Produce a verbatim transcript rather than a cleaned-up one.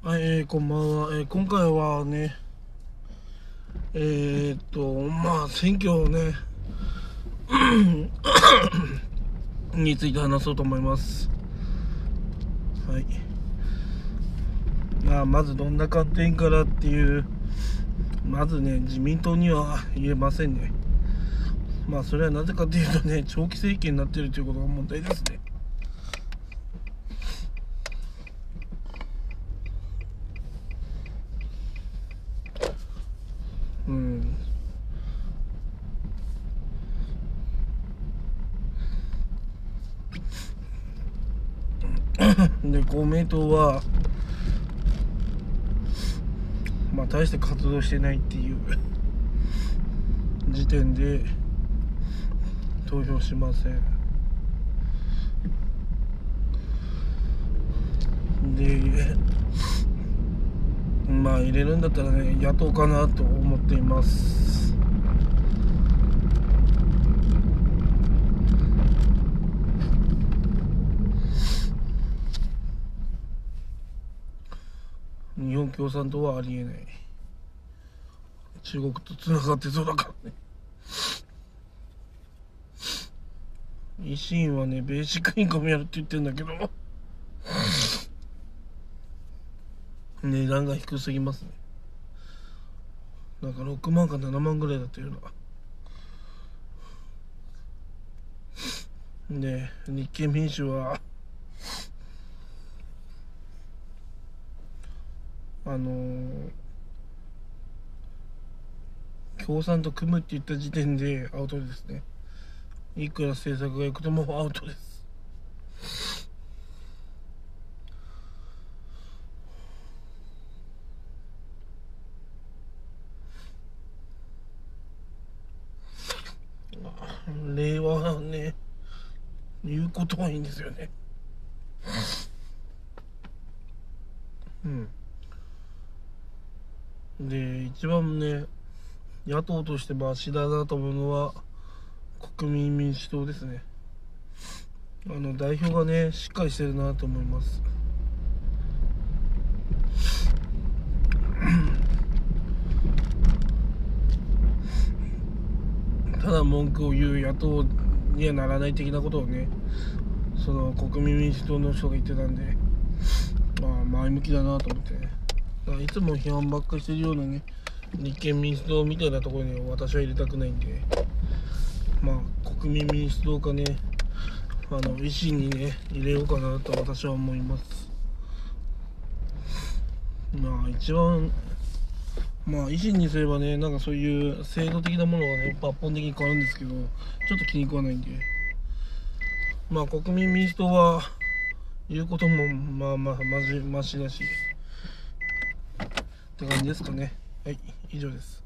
はい、えー、こんばんは。えー、今回はね、えー、っと、まあ、選挙をね、について話そうと思います。はい。まあ、まずどんな観点からっていう、まずね、自民党には言えませんね。まあ、それはなぜかというとね、長期政権になっているということが問題ですね。うん。で、公明党は、まあ、大して活動してないっていう時点で投票しません。で、まあ入れるんだったらね、野党かなと思っています。日本共産党はありえない。中国とつながってそうだからね。維新はね、ベーシックインカムやるって言ってんだけど、値段が低すぎますね。なんかろくまんかななまんぐらいだったような。で、立憲民主は、あのー、共産と組むって言った時点でアウトですね。いくら政策が良くてもアウトです。令和はね、言うことはいいんですよね。うん。で、一番ね、野党としてマシだなと思うのは国民民主党ですね。あの代表がね、しっかりしてるなと思います。ただ文句を言う野党にはならない的なことをね、その国民民主党の人が言ってたんで、まあ前向きだなと思ってね。だからいつも批判ばっかりしてるようなね、立憲民主党みたいなところに私は入れたくないんで、まあ国民民主党かね、あの維新にね入れようかなと私は思います。まあ一番、まあ維新にすればね、なんかそういう制度的なものがね抜本的に変わるんですけど、ちょっと気に食わないんで、まあ国民民主党は言うこともまあまあまじましだしって感じですかね。はい、以上です。